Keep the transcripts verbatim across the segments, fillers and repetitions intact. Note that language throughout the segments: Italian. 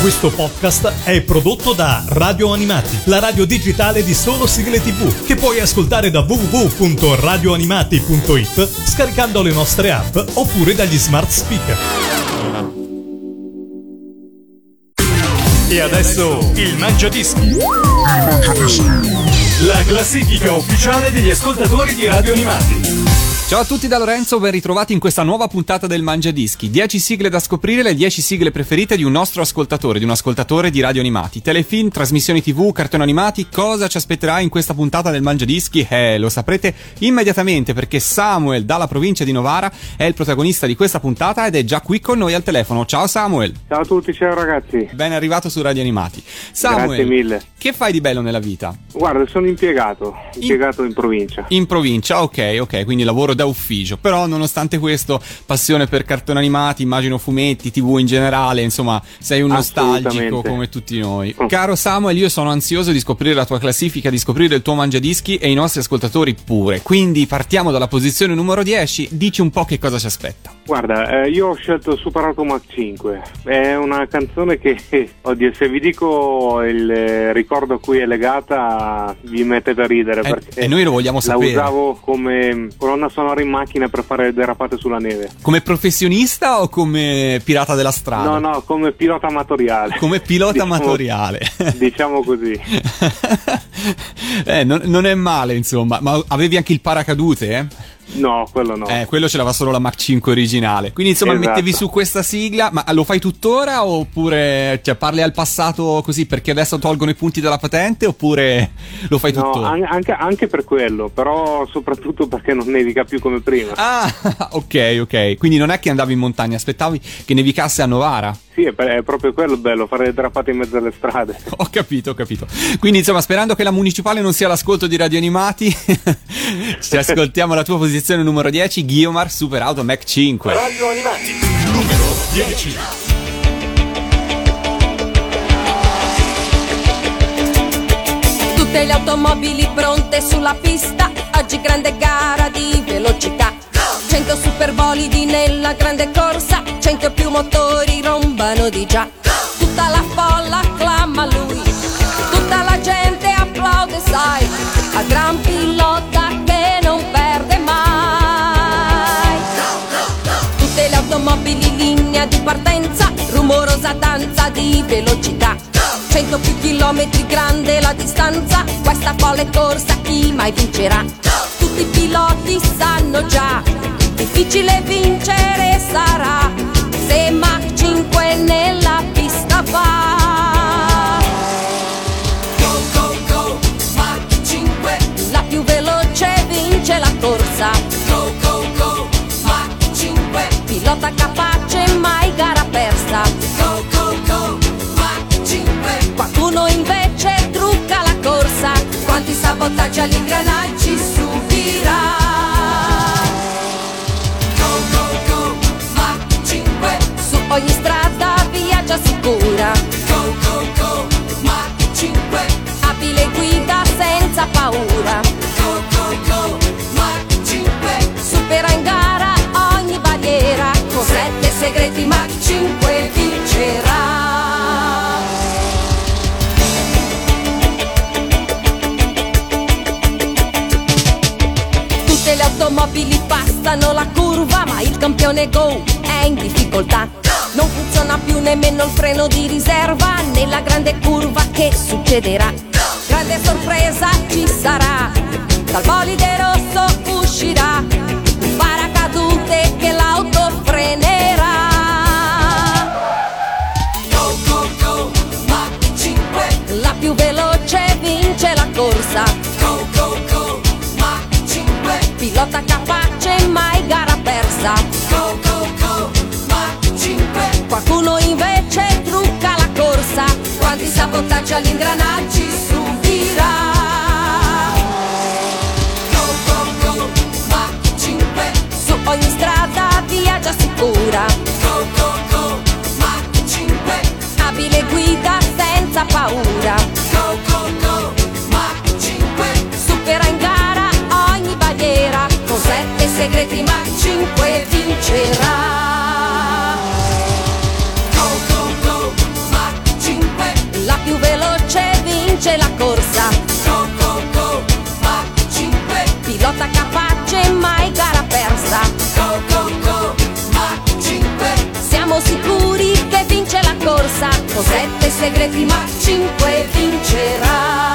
Questo podcast è prodotto da Radio Animati, la radio digitale di solo sigle tivù, che puoi ascoltare da w w w punto radio animati punto i t scaricando le nostre app oppure dagli smart speaker. E adesso il Mangiadischi. La classifica ufficiale degli ascoltatori di Radio Animati. Ciao a tutti da Lorenzo, ben ritrovati in questa nuova puntata del Mangiadischi. dieci sigle da scoprire, le dieci sigle preferite di un nostro ascoltatore, di un ascoltatore di Radio Animati. Telefilm, trasmissioni tivù, cartoni animati, cosa ci aspetterà in questa puntata del Mangiadischi? Eh, lo saprete immediatamente, perché Samuel dalla provincia di Novara è il protagonista di questa puntata ed è già qui con noi al telefono. Ciao Samuel. Ciao a tutti, ciao ragazzi. Ben arrivato su Radio Animati. Samuel, grazie mille. Che fai di bello nella vita? Guarda, sono impiegato, impiegato in, in provincia. In provincia, ok, ok, quindi lavoro da ufficio, però nonostante questo passione per cartoni animati, immagino fumetti, tivù in generale, insomma sei un nostalgico come tutti noi. Oh. Caro Samuel, io sono ansioso di scoprire la tua classifica, di scoprire il tuo Mangiadischi e i nostri ascoltatori pure, quindi partiamo dalla posizione numero dieci, dici un po' che cosa ci aspetta. Guarda, eh, io ho scelto Super Auto Mach cinque, è una canzone che, oddio, se vi dico il eh, ricordo a cui è legata vi mettete a ridere, eh, perché e noi lo vogliamo sapere. La usavo come colonna sonora in macchina per fare derapate sulla neve. Come professionista o come pirata della strada? No, no, come pilota amatoriale. Come pilota diciamo, amatoriale. Diciamo così. eh, non, non è male, insomma, ma avevi anche il paracadute, eh? No, quello no. Eh, quello ce l'aveva solo la Mach cinque originale. Quindi insomma esatto. Mettevi su questa sigla, ma lo fai tuttora oppure cioè, parli al passato così perché adesso tolgono i punti della patente oppure lo fai no, tuttora? An- anche, anche per quello, però soprattutto perché non nevica più come prima. Ah, ok, ok. Quindi non è che andavi in montagna, aspettavi che nevicasse a Novara? Sì, è, è proprio quello il bello, fare le derapate in mezzo alle strade. Ho capito, ho capito. Quindi insomma, sperando che la municipale non sia l'ascolto di Radio Animati, ci ascoltiamo la tua posizione numero dieci, Guiomar Super Auto Mach cinque. Radio Animati, numero dieci. Tutte le automobili pronte sulla pista, oggi grande gara di velocità. Cento superbolidi nella grande corsa, cento più motori rombano di già. Tutta la folla acclama lui, tutta la gente applaude, sai, al gran pilota che non perde mai. Tutte le automobili in linea di partenza, rumorosa danza di velocità. Cento più chilometri grande la distanza, questa folle corsa chi mai vincerà? Tutti i piloti sanno già, difficile vincere sarà, se Mach cinque nella pista va. Go, go, go, Mach cinque, la più veloce vince la corsa. Go, go, go, Mach cinque, pilota capace mai gara persa. Go, go, go, Mach cinque, qualcuno invece trucca la corsa, quanti sabotaggi agli ingranaggi subirà. Ogni strada viaggia sicura. Go, go, go, Mach cinque, abile guida senza paura. Go, go, go, Mach cinque, supera in gara ogni barriera. Con sette segreti Mach cinque vincerà. Tutte le automobili passano la curva, ma il campione Go è in difficoltà. Non funziona più nemmeno il freno di riserva, nella grande curva che succederà? Grande sorpresa ci sarà, dal bolide rosso uscirà un paracadute che l'auto frenerà. Go, go, go, Mach cinque, la più veloce vince la corsa. Go, go, go, Mach cinque, pilota capace mai gara persa. Go, go, go, qualcuno invece trucca la corsa, quanti sabotaggi agli ingranaggi subirà. Go, go, go, Mach cinque, su ogni strada viaggia sicura. Go, go, go, Mach cinque, abile guida senza paura. Go, go, go, Mach cinque, supera in gara ogni barriera. Con sette segreti Mach cinque vincerà. Sette segreti ma cinque vincerà.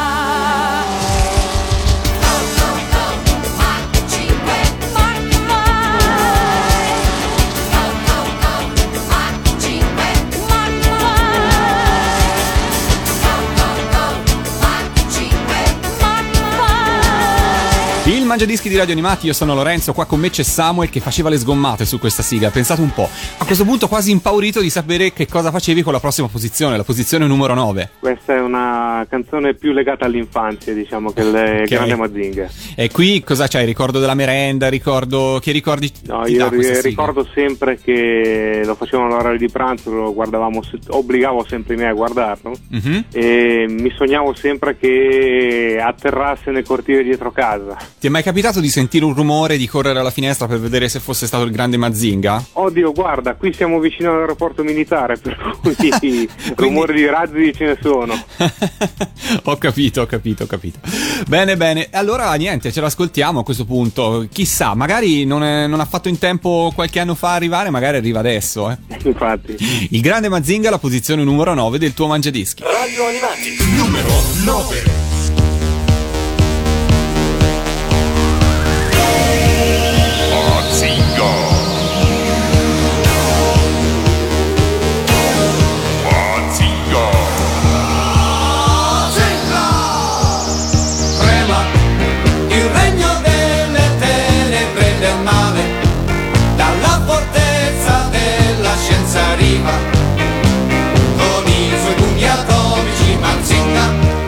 Il Mangiadischi di Radio Animati, io sono Lorenzo, qua con me c'è Samuel che faceva le sgommate su questa sigla, pensate un po'. A questo punto quasi impaurito di sapere che cosa facevi con la prossima posizione, la posizione numero nove. Questa è una canzone più legata all'infanzia, diciamo, che il Okay. Grande Mazinga. E qui cosa c'hai? Ricordo della merenda, ricordo che ricordi No, ti io dà questa ri- sigla? ricordo sempre che lo facevano all'orario di pranzo, lo guardavamo, se- obbligavo sempre me a guardarlo Mhm. e mi sognavo sempre che atterrasse nel cortile dietro casa. Ti è mai capitato di sentire un rumore, di correre alla finestra per vedere se fosse stato il Grande Mazinga? Oddio, guarda, qui siamo vicino all'aeroporto militare, per cui rumori di razzi ce ne sono. Ho capito, ho capito, ho capito. Bene, bene. Allora, niente, ce l'ascoltiamo a questo punto. Chissà, magari non, è- non ha fatto in tempo qualche anno fa arrivare, magari arriva adesso. Eh. Infatti. Il Grande Mazinga, la posizione numero nove del tuo Mangiadischi. Radio Animati, numero nove. Trema il regno delle tenebre del male, dalla fortezza della scienza arriva, con i suoi pugni atomici Mazinga,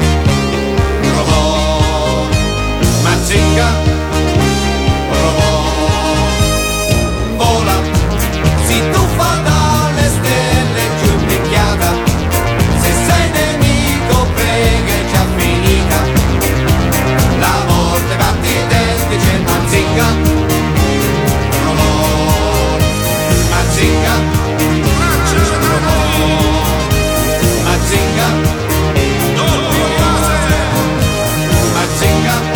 robot, Mazinga, robot, vola, si tuffa dalle stelle giù picchiata, se sei nemico prega è già finita. La morte batti i denti, c'è Mazinga, robot, Mazinga, robot, Mazinga, Mazinga,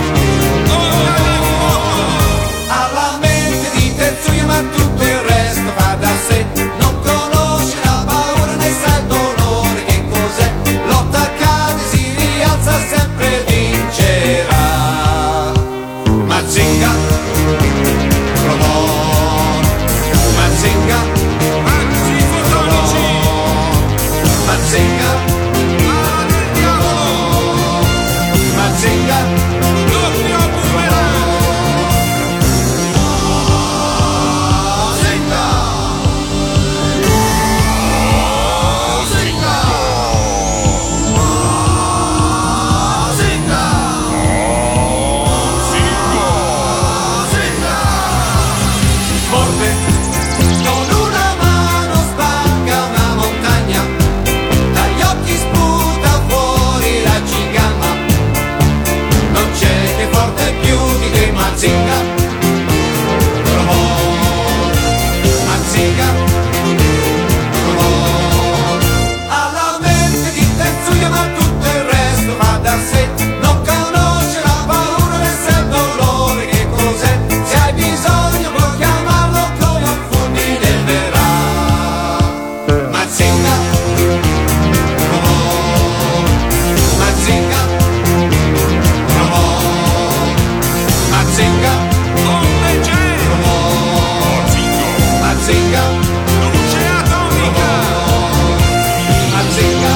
alla mente di Tetsuya ma tutto il resto va da sé, non conosce la paura né sa il dolore che cos'è, lotta cade, si rialza sempre vincerà. Mazinga, robot, Mazinga, robot, Mazinga, robot, Mazinga, doppio boomerang. Mazinga, Mazinga, Mazinga. Forte, con una mano spacca una montagna, dagli occhi sputa fuori la cinghialma, non c'è che forte più di che Mazinga, robot, Mazinga, robot, alla mente di Tetsuya ma tutto il resto va da sé, non conosce la paura né sa il dolore che cos'è, se hai bisogno puoi chiamarlo come un fulmine verrà. Mazinga, robot, Mazinga, robot, Mazinga, robot, Mazinga, luce atomica, Mazinga,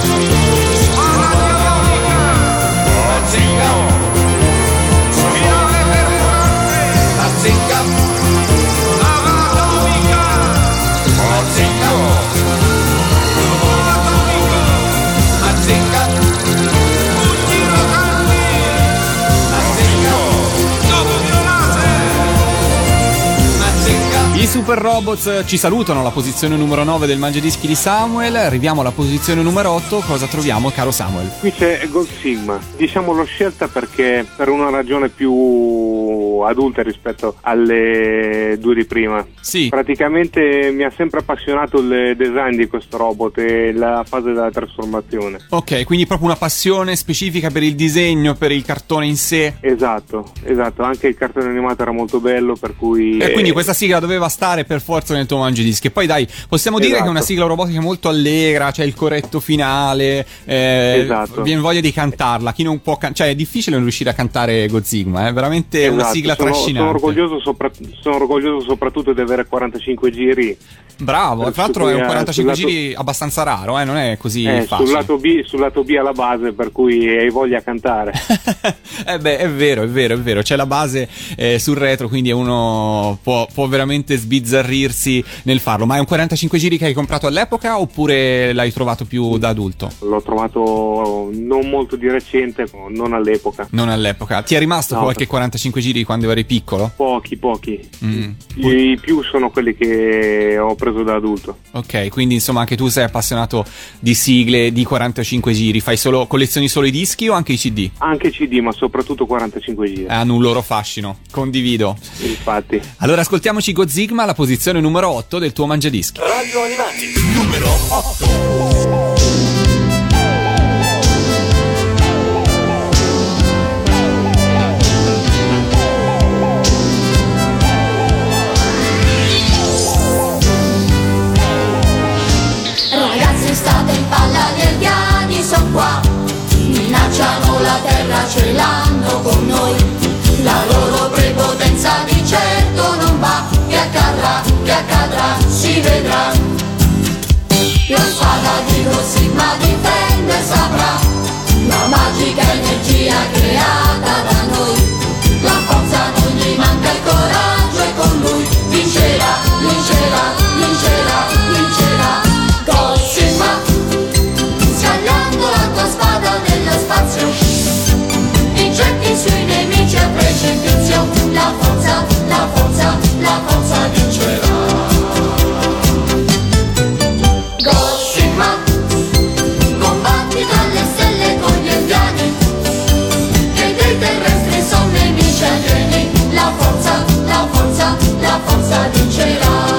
Mazinga, spirale perforante, Mazinga, lava atomica, Mazinga, atomico, Mazinga, pugni rotanti, Mazinga, doppio laser, Mazinga. I Super Robots ci salutano alla posizione numero nove del Mangiadischi di Samuel. Arriviamo alla posizione numero otto. Cosa troviamo, caro Samuel? Qui c'è Gold Sigma, diciamo l'ho scelta perché per una ragione più adulte rispetto alle due di prima. Sì. Praticamente mi ha sempre appassionato il design di questo robot e la fase della trasformazione. Ok, quindi proprio una passione specifica per il disegno, per il cartone in sé. Esatto, esatto, anche il cartone animato era molto bello, per cui... E eh, quindi questa sigla doveva stare per forza nel tuo mangiadischi. E poi dai, possiamo dire Esatto. che è una sigla robotica molto allegra, c'è il corretto finale, eh, Esatto. viene voglia di cantarla. Chi non può can- cioè è difficile non riuscire a cantare Godzilla, è veramente una esatto, sigla sono, trascinante. sono orgoglioso, sopra- sono orgoglioso soprattutto di avere quarantacinque giri. Bravo, tra l'altro è un quarantacinque sul lato- giri abbastanza raro, eh, non è così Eh, facile. sul lato B, sul lato B alla base, per cui hai voglia a cantare. Eh beh, è vero, è vero, è vero. C'è la base eh, sul retro, quindi uno può, può veramente sbizzarrirsi nel farlo. Ma è un quarantacinque giri che hai comprato all'epoca oppure l'hai trovato più da adulto? L'ho trovato non molto di recente, non all'epoca. Non all'epoca. Ti è rimasto No. qualche quarantacinque giri quando eri piccolo? Pochi, pochi. Mm. I più sono quelli che ho preso da adulto. Ok, quindi insomma anche tu sei appassionato di sigle di quarantacinque giri. Fai solo, collezioni solo i dischi o anche i C D? Anche C D, ma soprattutto quarantacinque giri. Eh, hanno un loro fascino, condivido. Infatti. Allora ascoltiamoci Godzilla, la posizione numero otto del tuo mangiadischi. Radio Animati, numero otto. Ragazzi, state in palla, gli indiani sono qua, minacciano la terra, ce l'hanno con noi. La loro prepotenza di certo non va, che accadrà, che accadrà, si vedrà. La spada di Godzilla difende, saprà, la magica energia creata da noi. La forza non gli manca, il coraggio è con lui, vincerà, vincerà, vincerà, vincerà. Godzilla, scagliando la tua spada nello spazio, incendi sui nemici a precipizio, la forza, la forza, la forza vincerà. Godzilla, combatti tra le stelle con gli indiani, che dei terrestri sono nemici alieni, la forza, la forza, la forza vincerà.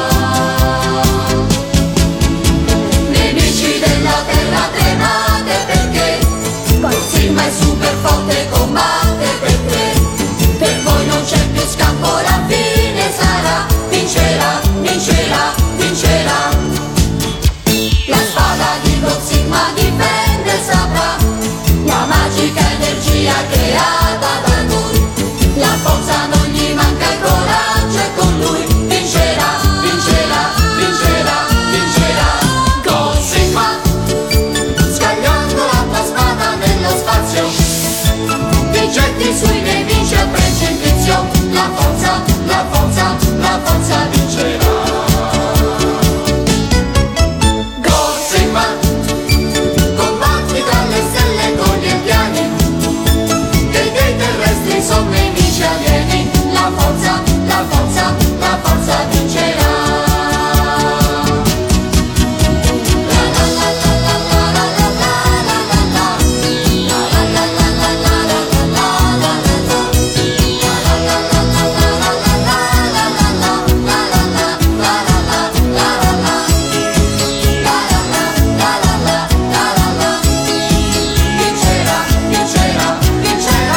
Nemici della terra tremate perché Godzilla è super forte, combatte per te. Per voi non c'è più scampo, la fine sarà, vincerà, vincerà, vincerà. La spada di Godzilla difende, saprà, la magica energia creata da noi. La forza non gli manca, il coraggio è con lui, vincerà, vincerà, vincerà, vincerà. Godzilla, scagliando la tua spada nello spazio, ti getti sui nemici a precipizio, la forza, la forza, la forza vincerà. Godzilla, combatti tra le stelle con gli indiani, che dei terrestri sono nemici alieni, la forza, la forza, la forza vincerà. La la la la la la la la la la la. La la la la la la la la la la la. La la la la la la la la la la la la. La la la la la la la la la. La la la la la la la la la. Vincerà, vincerà, vincerà.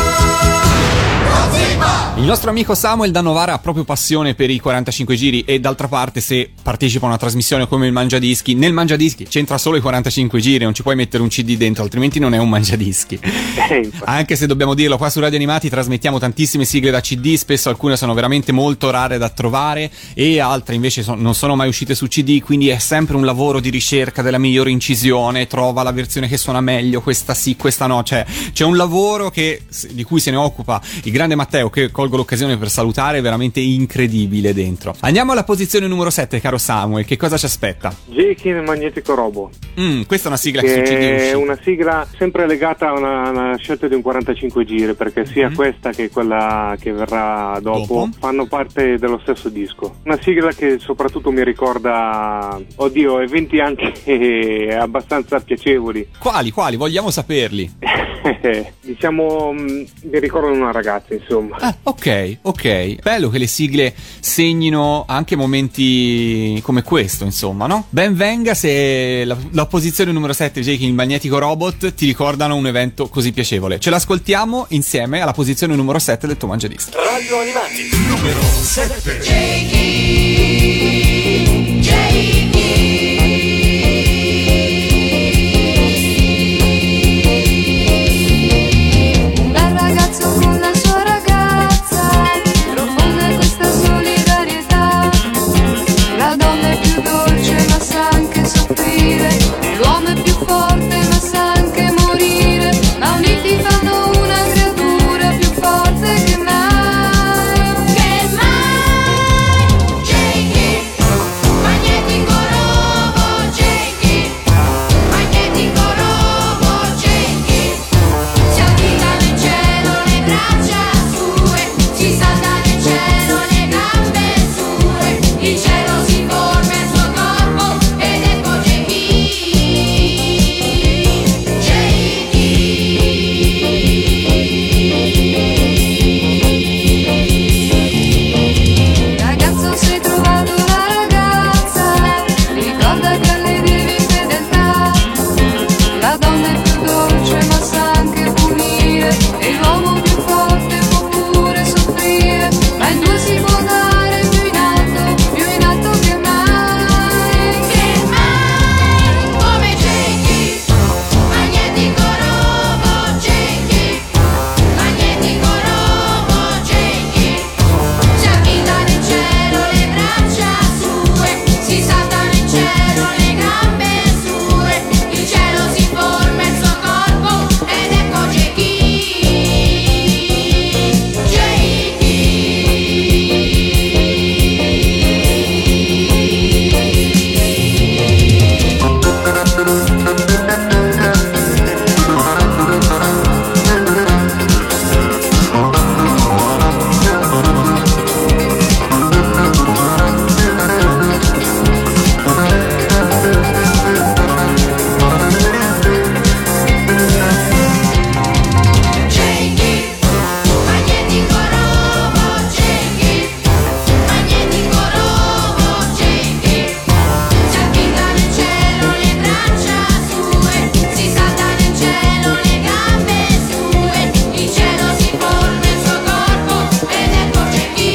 Godzilla! Il nostro amico Samuel da Novara ha proprio passione per i quarantacinque giri e d'altra parte se partecipa a una trasmissione come il Mangiadischi, nel Mangiadischi c'entra solo i quarantacinque giri, non ci puoi mettere un C D dentro, altrimenti non è un Mangiadischi. Eh, infatti. Anche se dobbiamo dirlo, qua su Radio Animati trasmettiamo tantissime sigle da C D, spesso alcune sono veramente molto rare da trovare e altre invece so- non sono mai uscite su C D, quindi è sempre un lavoro di ricerca della migliore incisione, trova la versione che suona meglio, questa sì, questa no, cioè c'è un lavoro che, di cui se ne occupa il grande Matteo, che colgo l'occasione per salutare, veramente incredibile dentro. Andiamo alla posizione numero sette, caro Samuel, che cosa ci aspetta? Jake il Magnetico Robo, Mm, questa è una sigla che, che su C D è è uscita. una sigla sempre legata a una, una scelta di un quarantacinque giri, perché sia Mhm. questa che quella che verrà dopo, Dopo? fanno parte dello stesso disco. Una sigla che soprattutto mi ricorda, oddio, eventi anche abbastanza piacevoli. Quali, quali? Vogliamo saperli. Eh, diciamo, mh, mi ricordo una ragazza, insomma. Ah, ok, ok. Bello che le sigle segnino anche momenti come questo, insomma, no? Ben venga se la, la posizione numero sette, Jake, il magnetico robot, ti ricordano un evento così piacevole. Ce l'ascoltiamo insieme alla posizione numero sette del tuo Mangiadischi. Radio Animati, numero sette. Jakey, Jakey. Un bel ragazzo con la sua ragazza, profonda questa solidarietà. La donna è più dolce ma sa anche soffrire, l'uomo è più forte ma sa anche morire, ma uniti fanno una creatura più forte che mai, che mai. Jakey, magnetico robo, Jakey, magnetico robo, Jakey, si agita nel cielo le braccia sue, si salta nel cielo le gambe sue, il cielo si forma il suo corpo ed ecco Jakey, Jakey. Ragazzo, sei trovato la ragazza, ricorda che le devi fedeltà. La donna è più dolce ma sa anche punire, e l'uomo più forte può pure soffrire, ma in due si può andare più in alto, più in alto che mai, che mai. Come Jakey, magnetico robo, Jakey, magnetico robo, Jakey, si agita nel cielo le braccia sue, si salta nel cielo le gambe sue, il cielo si forma il suo corpo ed ecco Jakey, Jakey, magnetico robo, Jakey, magnetico robo, Jakey, si agita nel cielo le braccia sue, si salta nel cielo le gambe sue, il cielo si forma il suo corpo ed ecco Jakey,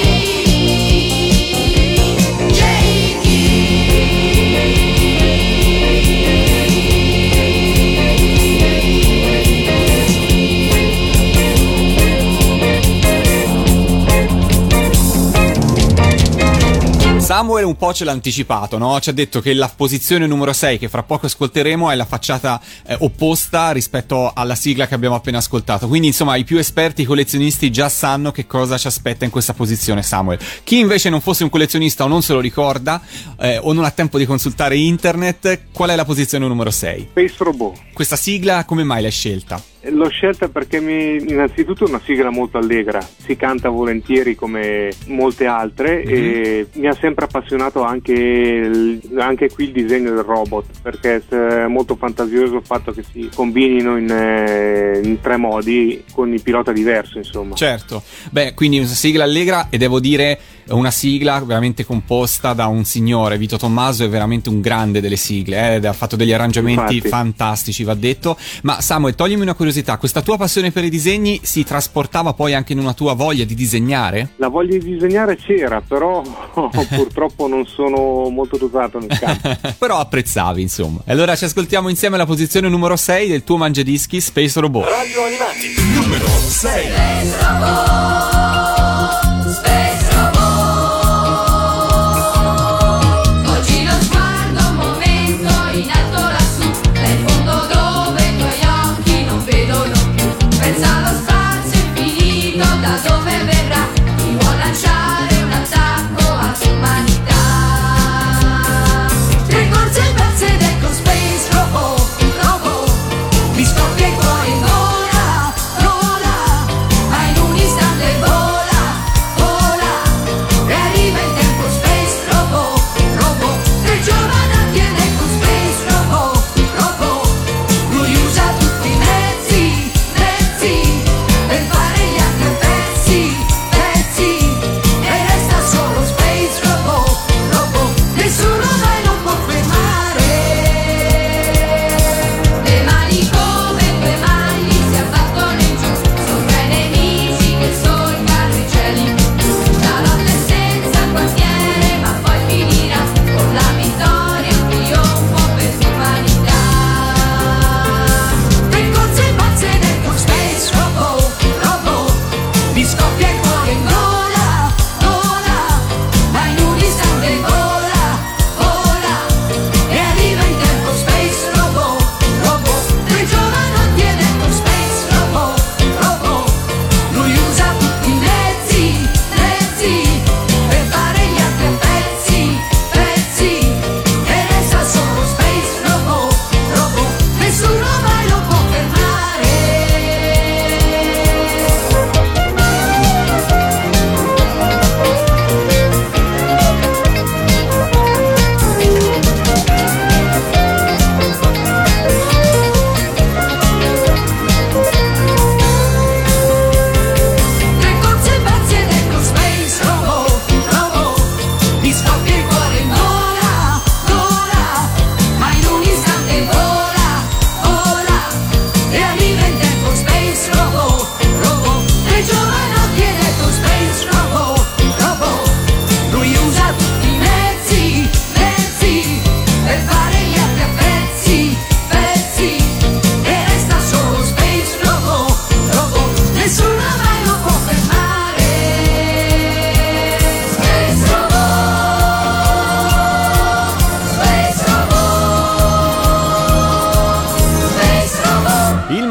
Samuel un po' ce l'ha anticipato, no? Ci ha detto che la posizione numero sei, che fra poco ascolteremo, è la facciata eh, opposta rispetto alla sigla che abbiamo appena ascoltato. Quindi, insomma, i più esperti, i collezionisti già sanno che cosa ci aspetta in questa posizione, Samuel. Chi invece non fosse un collezionista o non se lo ricorda eh, o non ha tempo di consultare internet, qual è la posizione numero sei? Space Robot. Questa sigla come mai l'hai scelta? L'ho scelta perché mi, innanzitutto è una sigla molto allegra, si canta volentieri come molte altre, Mm-hmm. e mi ha sempre appassionato anche, il- anche qui il disegno del robot, perché è molto fantasioso il fatto che si combinino in, eh, in tre modi con il pilota diverso, insomma. Certo, beh, quindi una sigla allegra, e devo dire una sigla veramente composta da un signore. Vito Tommaso è veramente un grande delle sigle, eh, ed ha fatto degli arrangiamenti Infatti. fantastici, va detto. Ma Samuel, toglimi una curiosità, questa tua passione per i disegni si trasportava poi anche in una tua voglia di disegnare? La voglia di disegnare c'era, però purtroppo non sono molto dotato nel campo. Però apprezzavi, insomma. E allora ci ascoltiamo insieme la posizione numero sei del tuo Mangiadischi, Space Robot. Radio Animati, numero sei. Space Robot, Space Robot. Oggi lo sguardo un momento in alto lassù, nel fondo dove i tuoi occhi non vedono più. Pensa allo spazio infinito da dove verrà, ti vuol lanciare un attacco all'umanità. Tre corse pazze ed ecco Space Robot, robot, mi scoppia il cuore in gola, vola, ma in un istante vola, vola, e arriva in tempo Space Robot, robot, tre giovanati ed ecco Space Robot, robot,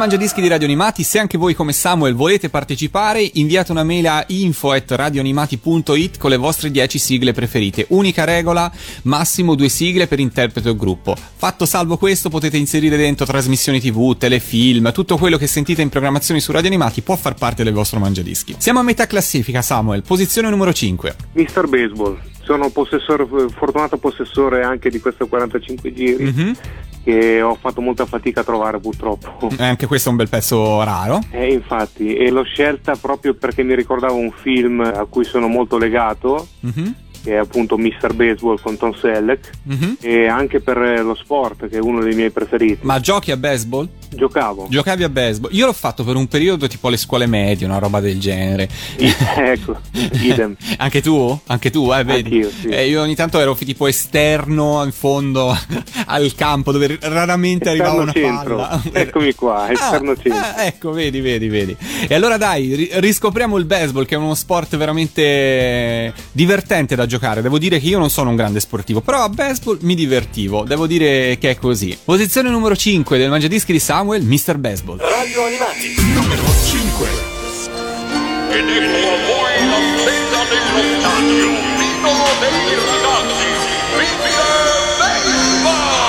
Mangiadischi di Radio Animati. Se anche voi come Samuel volete partecipare, inviate una mail a info at radioanimati punto it con le vostre dieci sigle preferite. Unica regola, massimo due sigle per interprete o gruppo. Fatto salvo questo, potete inserire dentro trasmissioni tivù, telefilm, tutto quello che sentite in programmazione su Radio Animati può far parte del vostro Mangiadischi. Siamo a metà classifica, Samuel, posizione numero cinque. mister Baseball. Sono possessore, fortunato possessore anche di questo quarantacinque giri, mm-hmm. che ho fatto molta fatica a trovare purtroppo. Eh, anche questo è un bel pezzo raro. Eh, infatti, e l'ho scelta proprio perché mi ricordava un film a cui sono molto legato, mm-hmm. che è appunto mister Baseball con Tom Selleck, mm-hmm. e anche per lo sport, che è uno dei miei preferiti. Ma giochi a baseball? Giocavo. Giocavi a baseball? Io l'ho fatto per un periodo tipo alle scuole medie, una roba del genere. Ecco, idem. Anche tu? Anche tu, eh, vedi? Anch'io, sì. Eh, io ogni tanto ero tipo esterno in fondo al campo dove raramente esterno arrivava una centro. palla. Eccomi qua, esterno ah, centro. Ah, ecco, vedi, vedi, vedi. E allora dai, ri- riscopriamo il baseball, che è uno sport veramente divertente da giocare. Devo dire che io non sono un grande sportivo, però a baseball mi divertivo. Devo dire che è così. Posizione numero cinque del Mangiadischi di Samuel, mister Baseball. Radio Animati, numero cinque. Ed ecco a voi l'attesa dello stadio, l'idolo dei ragazzi, Mister Baseball!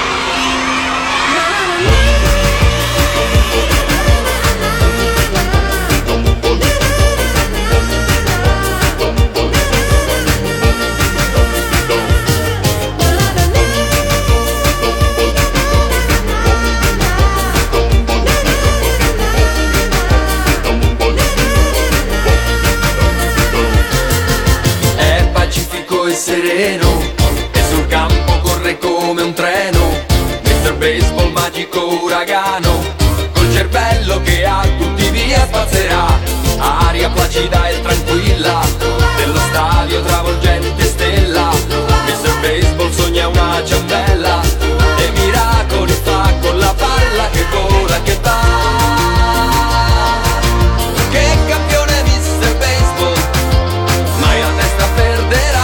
Sereno e sul campo corre come un treno, mister Baseball magico uragano, col cervello che a tutti via spazzerà, aria placida e tranquilla dello stadio travolgente stella, mister Baseball sogna una ciambella e miracoli fa con la palla che vola che va. Che campione mister Baseball, mai la testa perderà.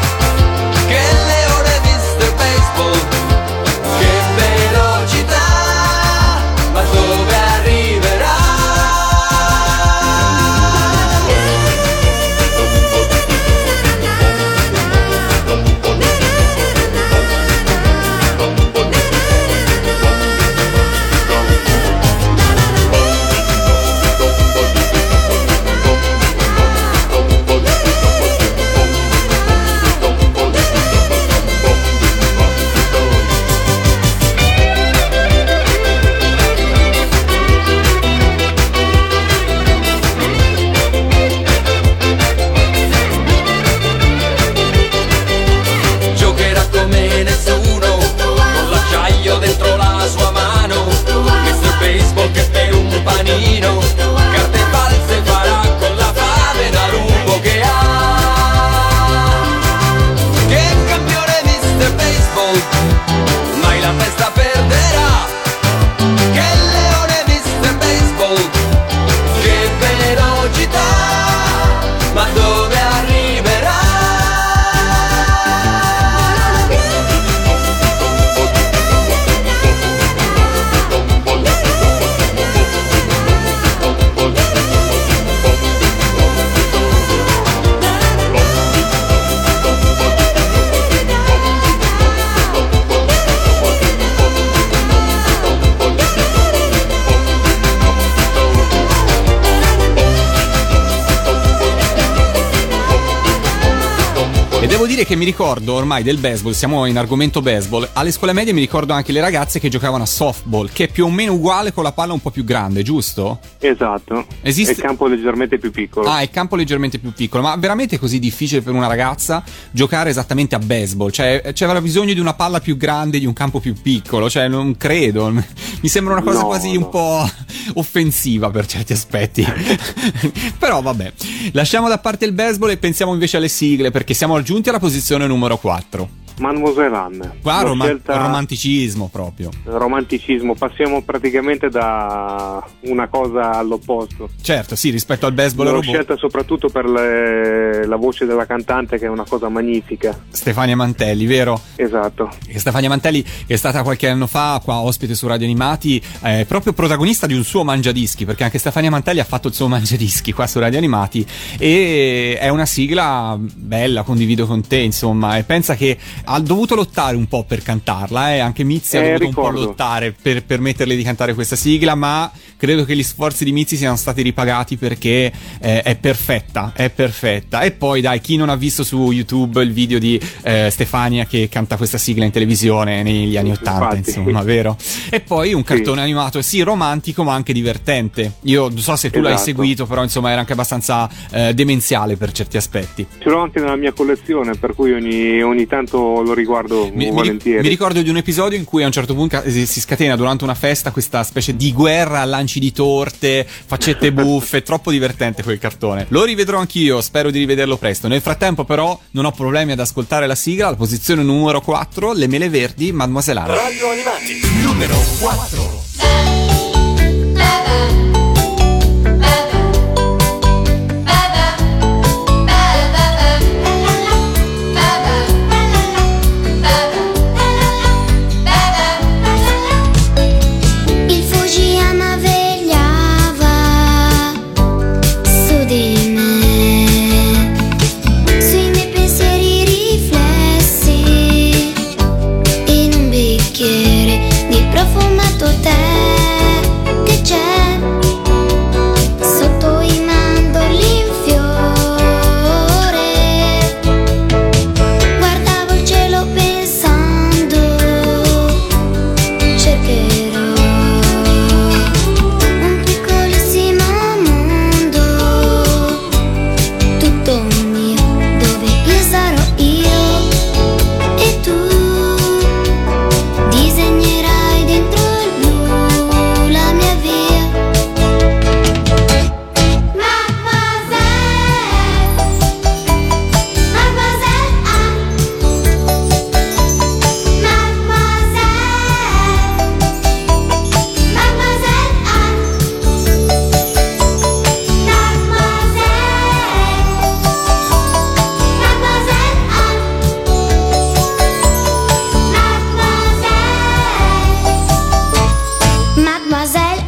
Carte false farà con la fame da lupo che ha. Che campione mister Baseball, mai la testa perderà. Che leone mister Baseball, che velocità, ma dove arriverà? E devo dire che mi ricordo ormai del baseball, siamo in argomento baseball, alle scuole medie mi ricordo anche le ragazze che giocavano a softball, che è più o meno uguale con la palla un po' più grande, giusto? Esatto. Esiste... È il campo leggermente più piccolo. Ah, è il campo leggermente più piccolo, ma veramente è così difficile per una ragazza giocare esattamente a baseball? Cioè, c'era bisogno di una palla più grande, di un campo più piccolo, cioè non credo, mi sembra una cosa no, quasi no. un po' offensiva per certi aspetti. Però vabbè, lasciamo da parte il baseball e pensiamo invece alle sigle, perché siamo giunti alla posizione numero quattro. Mademoiselle Anne. Qua L'ho roma- scelta- romanticismo proprio. romanticismo, passiamo praticamente da una cosa all'opposto. Certo, sì, rispetto al baseball e L'ho robot. scelta soprattutto per le- la voce della cantante, che è una cosa magnifica. Stefania Mantelli, vero? Esatto. E Stefania Mantelli, che è stata qualche anno fa qua ospite su Radio Animati, è proprio protagonista di un suo mangiadischi, perché anche Stefania Mantelli ha fatto il suo mangiadischi qua su Radio Animati, e è una sigla bella, condivido con te, insomma, e pensa che ha dovuto lottare un po' per cantarla, eh? Anche Mizzi ha Eh, dovuto ricordo. un po' lottare per permetterle di cantare questa sigla, ma credo che gli sforzi di Mizzi siano stati ripagati, perché eh, è perfetta, è perfetta. E poi dai, chi non ha visto su YouTube il video di eh, Stefania che canta questa sigla in televisione negli anni ottanta, Infatti. insomma, vero? E poi un cartone animato, sì, romantico ma anche divertente. Io non so se tu l'hai Esatto. seguito, però insomma era anche abbastanza eh, demenziale per certi aspetti. Ce l'ho anche nella mia collezione, per cui ogni, ogni tanto lo riguardo Mi, mi, volentieri. mi ricordo di un episodio in cui a un certo punto si si scatena durante una festa questa specie di guerra a lanci di torte, faccette buffe, troppo divertente quel cartone. Lo rivedrò anch'io, spero di rivederlo presto. Nel frattempo però non ho problemi ad ascoltare la sigla, alla posizione numero quattro, Le mele verdi, Mademoiselle Anne. Radio Animati, numero quattro. Il Fujiyama vegliava su di me, sui miei pensieri riflessi in un bicchiere di profumato tè che c'è sotto i mandorli in fiore. Guardavo il cielo pensando, cercherò un piccolissimo mondo, tutto mio, dove io sarò io e tu disegnerai dentro il blu la mia via. Mademoiselle, Mademoiselle Anne, Mademoiselle, Mademoiselle Anne, Mademoiselle, Mademoiselle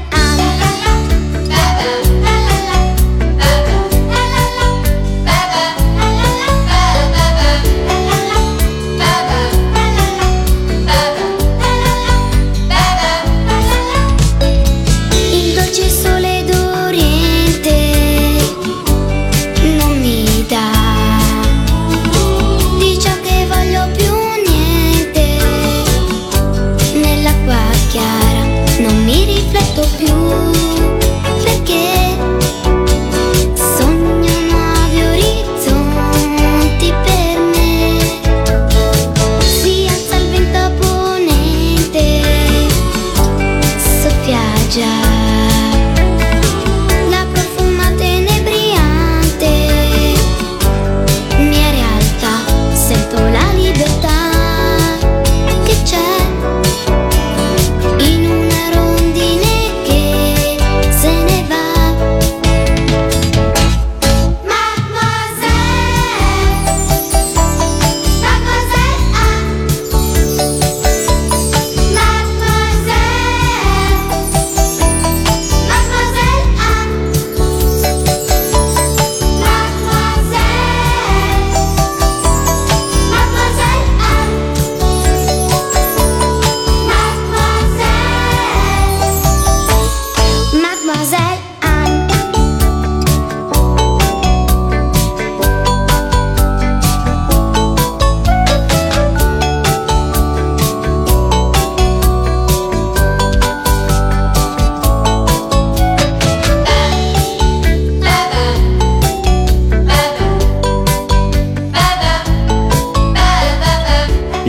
il dolce sole d'Oriente non mi dà di ciò che voglio più niente. Nell'acqua chiara non mi rifletto più, perché sogno nuovi orizzonti per me. Si alza il vento a ponente, soffia già la profumata inebriante, mia realtà, sento la libertà che c'è in una rondine che se ne va. Mademoiselle, Mademoiselle Anne, Mademoiselle,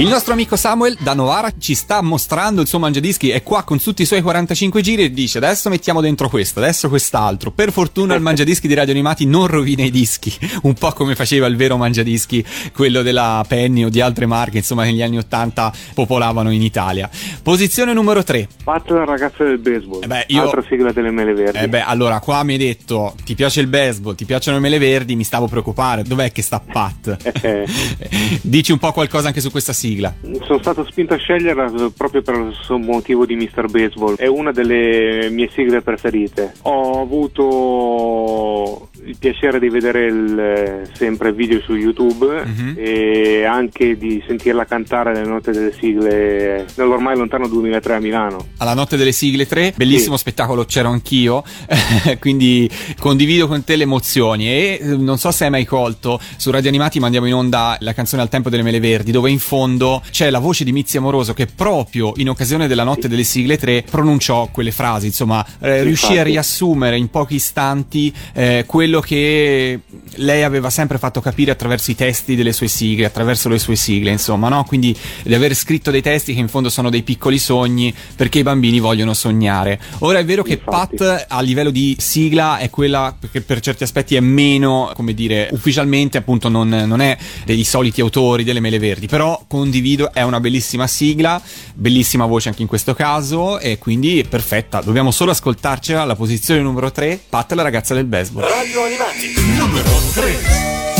Il nostro amico Samuel da Novara ci sta mostrando il suo mangiadischi, è qua con tutti i suoi quarantacinque giri e dice adesso mettiamo dentro questo, adesso quest'altro. Per fortuna il mangiadischi di Radio Animati non rovina i dischi, un po' come faceva il vero mangiadischi, quello della Penny o di altre marche, insomma negli anni ottanta popolavano in Italia. Posizione numero tre. Pat, la ragazza del baseball. Eh beh, io... Altra sigla delle Mele Verdi. Eh beh, allora qua mi hai detto ti piace il baseball, ti piacciono le mele verdi, mi stavo preoccupare, dov'è che sta Pat? Dici un po' qualcosa anche su questa sigla. Sono stato spinto a sceglierla proprio per lo stesso motivo di mister Baseball, è una delle mie sigle preferite. Ho avuto il piacere di vedere il, sempre video su YouTube, uh-huh. e anche di sentirla cantare le note delle sigle nell'ormai lontano duemilatré a Milano. Alla notte delle sigle tre, bellissimo, sì. Spettacolo, c'ero anch'io, quindi condivido con te le emozioni. E non so se hai mai colto, su Radio Animati mandiamo in onda la canzone Al tempo delle mele verdi, dove in fondo c'è la voce di Mizzi Amoroso che proprio in occasione della notte, sì. delle sigle tre pronunciò quelle frasi, insomma, eh, riuscì a riassumere in pochi istanti eh, quello che lei aveva sempre fatto capire attraverso i testi delle sue sigle, attraverso le sue sigle, insomma, no? Quindi di aver scritto dei testi che in fondo sono dei piccoli sogni, perché i bambini vogliono sognare. Ora è vero che Infatti. Pat a livello di sigla è quella che per certi aspetti è meno, come dire, ufficialmente appunto non, non è dei soliti autori delle Mele Verdi, però condivido, è una bellissima sigla, bellissima voce anche in questo caso, e quindi è perfetta. Dobbiamo solo ascoltarcela alla posizione numero tre, Pat, la ragazza del baseball. Radio Animati numero tre.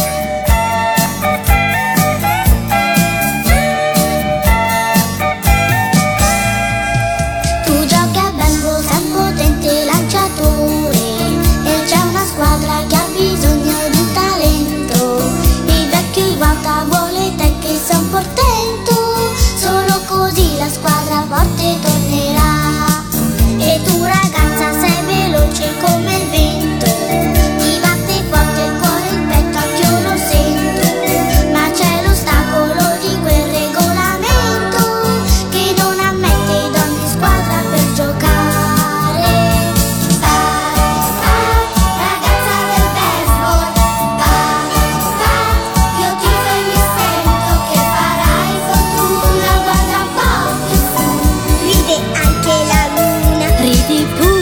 Come il vento, ti batte forte il cuore, il petto anche io lo sento, ma c'è l'ostacolo di quel regolamento che non ammette ad ogni squadra per giocare. Pat, Pat, ragazza del baseball, Pat, Pat, io ti tifo e mi sento che farai fortuna, guarda un po' più su, ride anche la luna, ridi pure.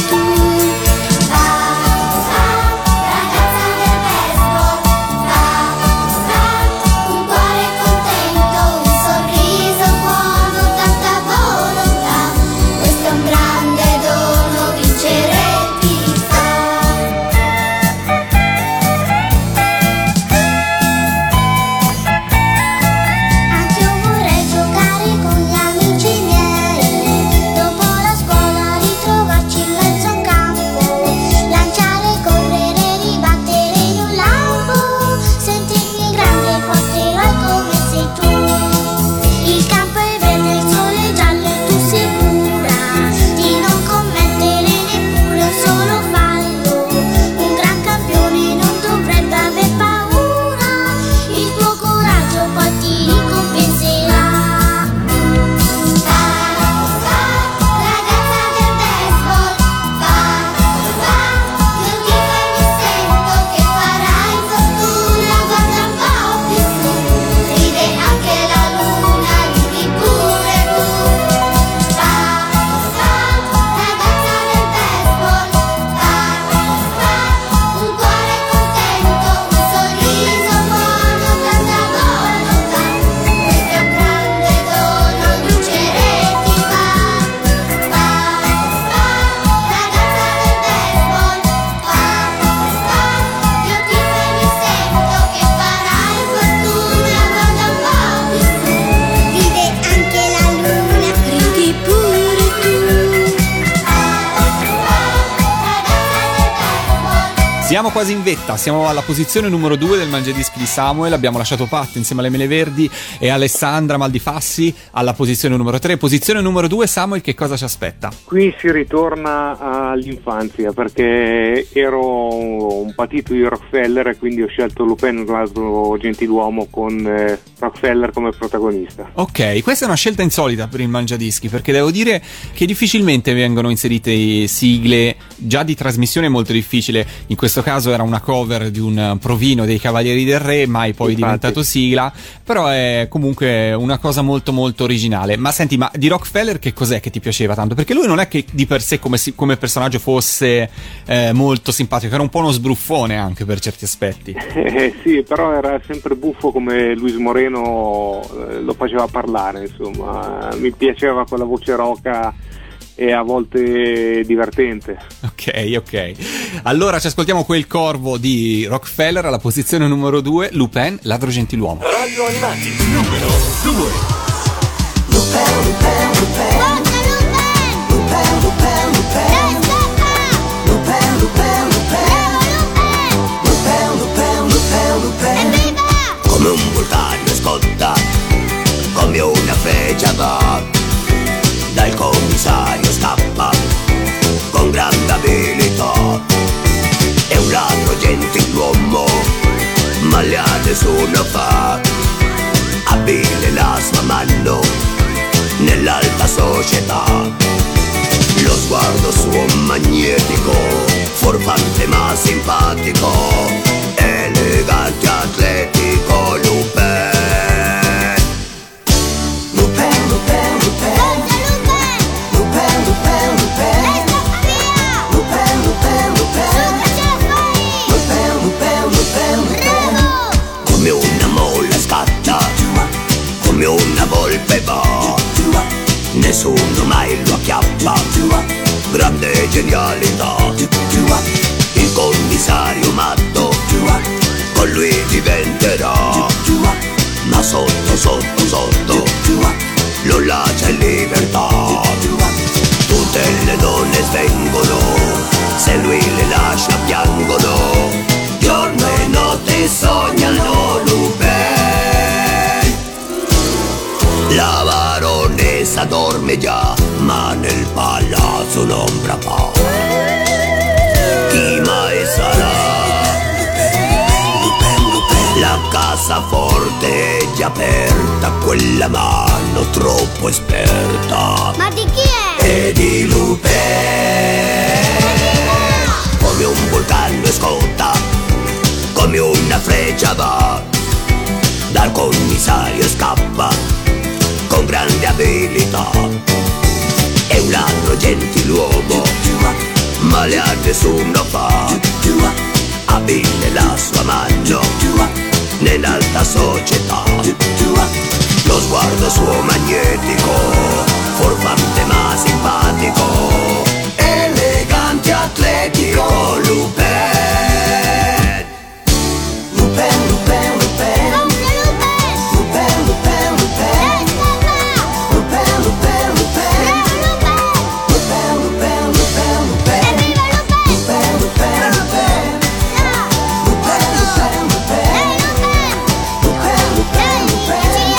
Siamo quasi in vetta, siamo alla posizione numero due del Mangiadischi di Samuel, abbiamo lasciato Pat insieme alle Mele Verdi e Alessandra Maldifassi alla posizione numero tre. Posizione numero due, Samuel, che cosa ci aspetta? Qui si ritorna all'infanzia, perché ero un patito di Rockefeller e quindi ho scelto Lupin, l'altro gentiluomo, con eh, Rockefeller come protagonista. Ok, questa è una scelta insolita per il Mangiadischi, perché devo dire che difficilmente vengono inserite sigle già di trasmissione, molto difficile. In questo questo caso era una cover di un provino dei Cavalieri del Re, mai poi Infatti. diventato sigla, però è comunque una cosa molto molto originale. Ma senti, ma di Rockefeller che cos'è che ti piaceva tanto? Perché lui non è che di per sé come, si, come personaggio fosse eh, molto simpatico, era un po' uno sbruffone anche per certi aspetti. Eh, sì, però era sempre buffo come Luis Moreno eh, lo faceva parlare, insomma, mi piaceva quella voce roca e a volte divertente. Ok, ok. Allora ci ascoltiamo quel corvo di Rockefeller alla posizione numero due, Lupin, ladro gentiluomo. Radio Animati numero due. Come un vulcano scotta, come una freccia va, dal commissario scappa con grande abilità. È un ladro gentiluomo, ma le ha nessuno fa. Abile la sua mano nell'alta società. Lo sguardo suo magnetico, furfante ma simpatico, elegante atletico, Lupin. Lupin, Lupin, Lupin. Lupin, Lupin, Lupin. Lupin, Lupin, Lupin. Lupin, Lupin, Lupin, Lupin. Come una molla scatta, come una volpe va, nessuno mai lo acchiappa, grande genialità. Il commissario matto con lui diventerà, ma sotto, sotto, sotto lo lascia in libertà. Tutte le donne svengono, se lui le lascia piangono, giorno e notte sognano Lupin. La baronessa dorme già, ma nel palazzo un'ombra fa. Chi mai sarà? La cassaforte è già aperta, quella mano troppo esperta. Ma di chi è? E di Lupin. Come un vulcano scotta, come una freccia va, dal commissario scappa con grande abilità. È un ladro gentiluomo, ma le ha nessuno fa. Abile la sua mano nell'alta società. Lo sguardo suo magnetico, furfante ma simpatico, elegante atletico, Lupin. Lupin, Lupin, Lupin. Lupin, Lupin, Lupin. Lupin, Lupin, Lupin. Lupin, Lupin, Lupin, Lupin. Lupin, Lupin, Lupin. Lupin, Lupin, Lupin. Lupin, Lupin, Lupin.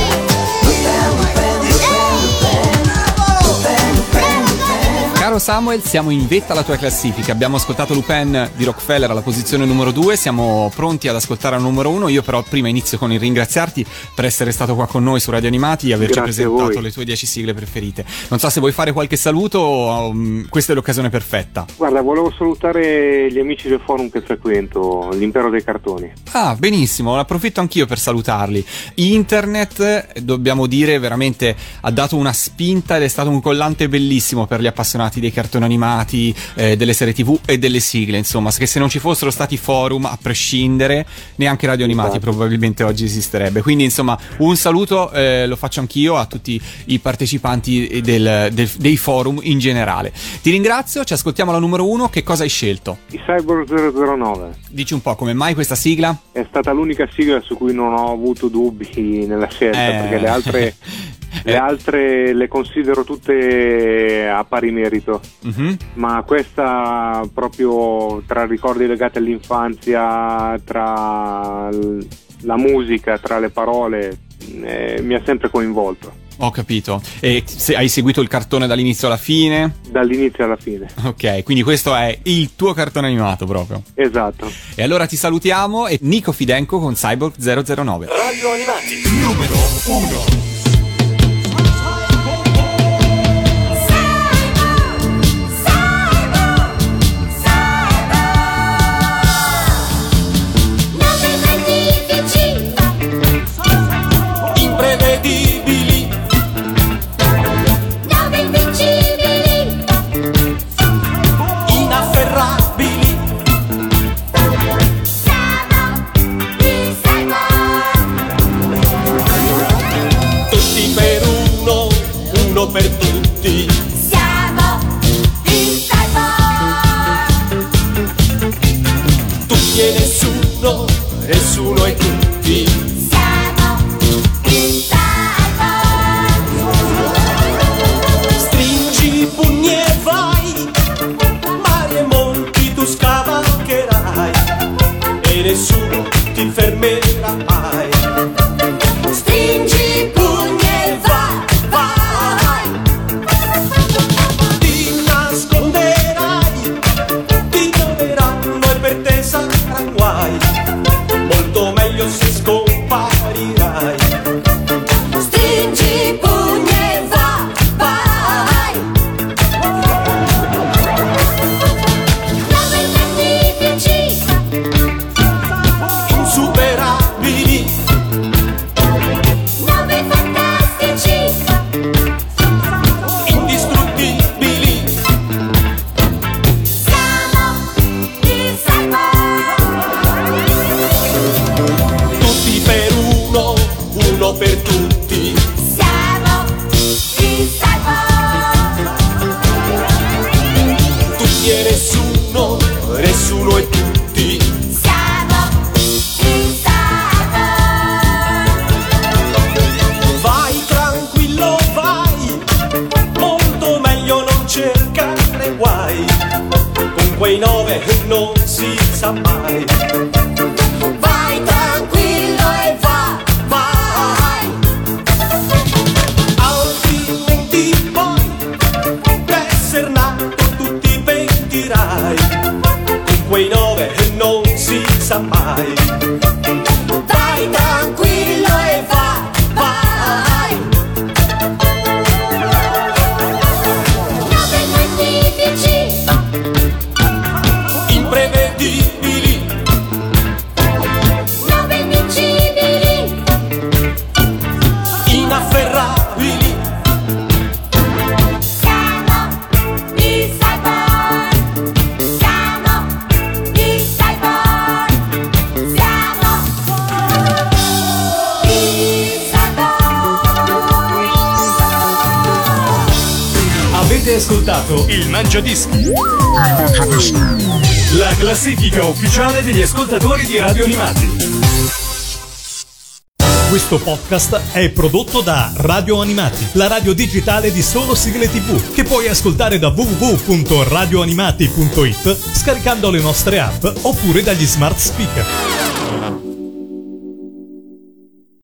Caro Samuel, siamo in vetta alla tua classifica. Abbiamo ascoltato Lupin di Rockefeller alla posizione numero due, siamo pronti ad ascoltare al numero uno. Io però prima inizio con il ringraziarti per essere stato qua con noi su Radio Animati e averci Grazie presentato le tue dieci sigle preferite. Non so se vuoi fare qualche saluto, um, questa è l'occasione perfetta. Guarda, volevo salutare gli amici del forum che frequento, l'Impero dei Cartoni. Ah, benissimo, approfitto anch'io per salutarli. Internet, dobbiamo dire, veramente ha dato una spinta ed è stato un collante bellissimo per gli appassionati dei cartoni animati, eh, delle serie tv e delle sigle, insomma, che se non ci fossero stati forum, a prescindere, neanche Radio Animati Esatto. probabilmente oggi esisterebbe. Quindi, insomma, un saluto eh, lo faccio anch'io a tutti i partecipanti del, del, dei forum in generale. Ti ringrazio, ci ascoltiamo la numero uno. Che cosa hai scelto? I Cyborg zero zero nove. Dici un po' come mai questa sigla? È stata l'unica sigla su cui non ho avuto dubbi nella scelta, Eh. perché le altre le altre le considero tutte a pari merito. Mhm. Ma questa, proprio tra ricordi legati all'infanzia, tra l- la musica, tra le parole, eh, mi ha sempre coinvolto, Ho capito. E se hai seguito il cartone dall'inizio alla fine? dall'inizio alla fine. Ok, quindi questo è il tuo cartone animato proprio. Esatto. E allora ti salutiamo e Nico Fidenco con Cyborg zero zero nove. Radio Animati numero uno. e nessuno, nessuno e tutti. Siamo i Cyborg. Vai tranquillo, vai, molto meglio non cercare guai, con quei nove non si sa mai. Vai tranquillo e va, vai. Altrimenti poi d'esser nato tu ti pentirai, con quei nove non si sa mai. Vai tranquillo e va, vai. Nove magnifici, Imprevedibili, nove invincibili, inafferrabili, siamo i Cyborg. Siamo i Cyborg. Siamo i Cyborg. Avete ascoltato il Mangiadischi, la classifica ufficiale degli ascoltatori di Radio Animati. Questo podcast è prodotto da Radio Animati, la radio digitale di solo sigle tivù, che puoi ascoltare da w w w punto radio animati punto it scaricando le nostre app oppure dagli smart speaker.